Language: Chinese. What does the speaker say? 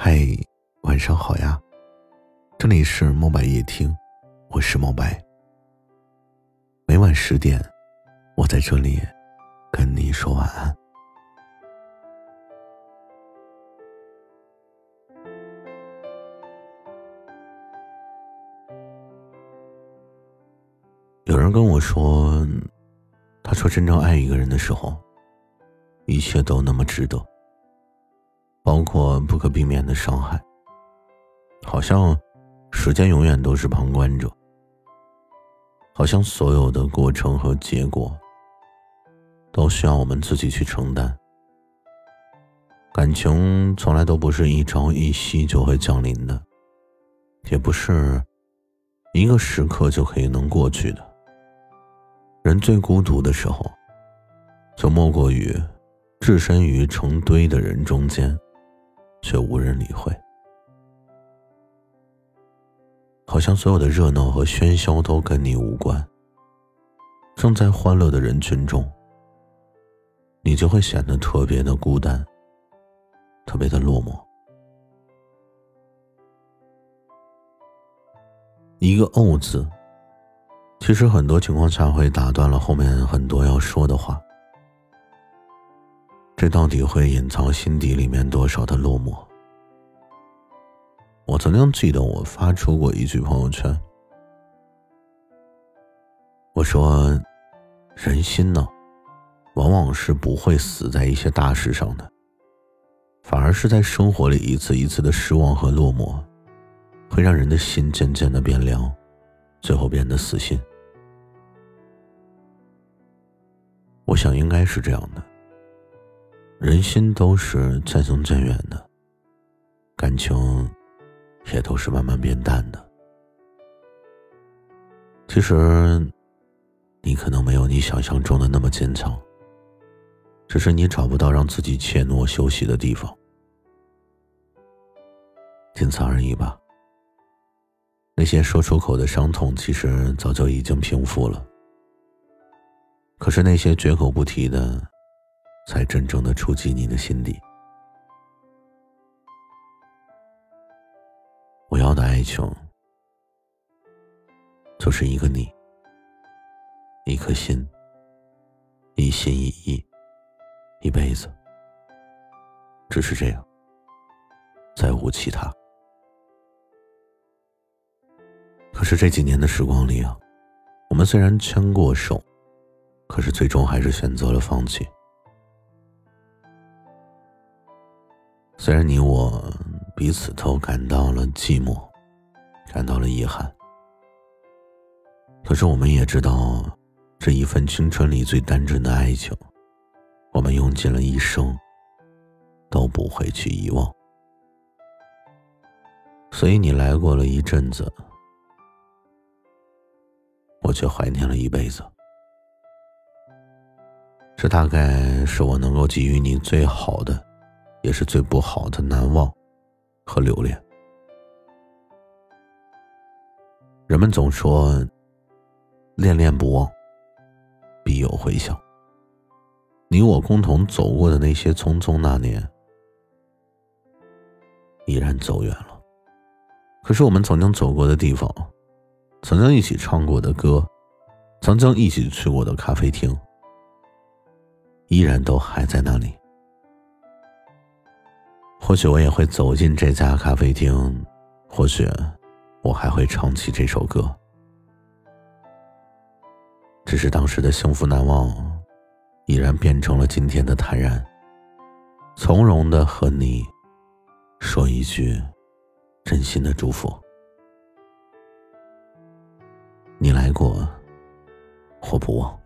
嗨，晚上好呀，这里是猫白夜听，我是猫白。每晚10点，我在这里跟你说晚安。有人跟我说，他说真正爱一个人的时候，一切都那么值得，包括不可避免的伤害。好像时间永远都是旁观者，好像所有的过程和结果都需要我们自己去承担。感情从来都不是一朝一夕就会降临的，也不是一个时刻就可以能过去的。人最孤独的时候，就莫过于置身于成堆的人中间，却无人理会。好像所有的热闹和喧嚣都跟你无关，正在欢乐的人群中，你就会显得特别的孤单，特别的落寞。一个“哦”字，其实很多情况下会打断了后面很多要说的话。这到底会隐藏心底里面多少的落寞？我曾经记得我发出过一句朋友圈，我说人心呢，往往是不会死在一些大事上的，反而是在生活里一次一次的失望和落寞，会让人的心渐渐的变凉，最后变得死心。我想应该是这样的，人心都是渐行渐远的，感情也都是慢慢变淡的。其实你可能没有你想象中的那么坚强，只是你找不到让自己怯懦休息的地方，仅此而已吧。那些说出口的伤痛其实早就已经平复了，可是那些绝口不提的才真正的触及你的心底。我要的爱情就是一个你，一颗心，一心一意，一辈子，只是这样，再无其他。可是这几年的时光里啊，我们虽然牵过手，可是最终还是选择了放弃。虽然你我彼此都感到了寂寞，感到了遗憾，可是我们也知道，这一份青春里最单纯的爱情，我们用尽了一生都不会去遗忘。所以你来过了一阵子，我却怀念了一辈子。这大概是我能够给予你最好的，也是最不好的难忘和留恋。人们总说恋恋不忘，必有回响。你我共同走过的那些匆匆那年，依然走远了。可是我们曾经走过的地方，曾经一起唱过的歌，曾经一起去过的咖啡厅，依然都还在那里。或许我也会走进这家咖啡厅，或许我还会唱起这首歌，只是当时的幸福难忘已然变成了今天的坦然，从容地和你说一句真心的祝福。你来过，我不忘。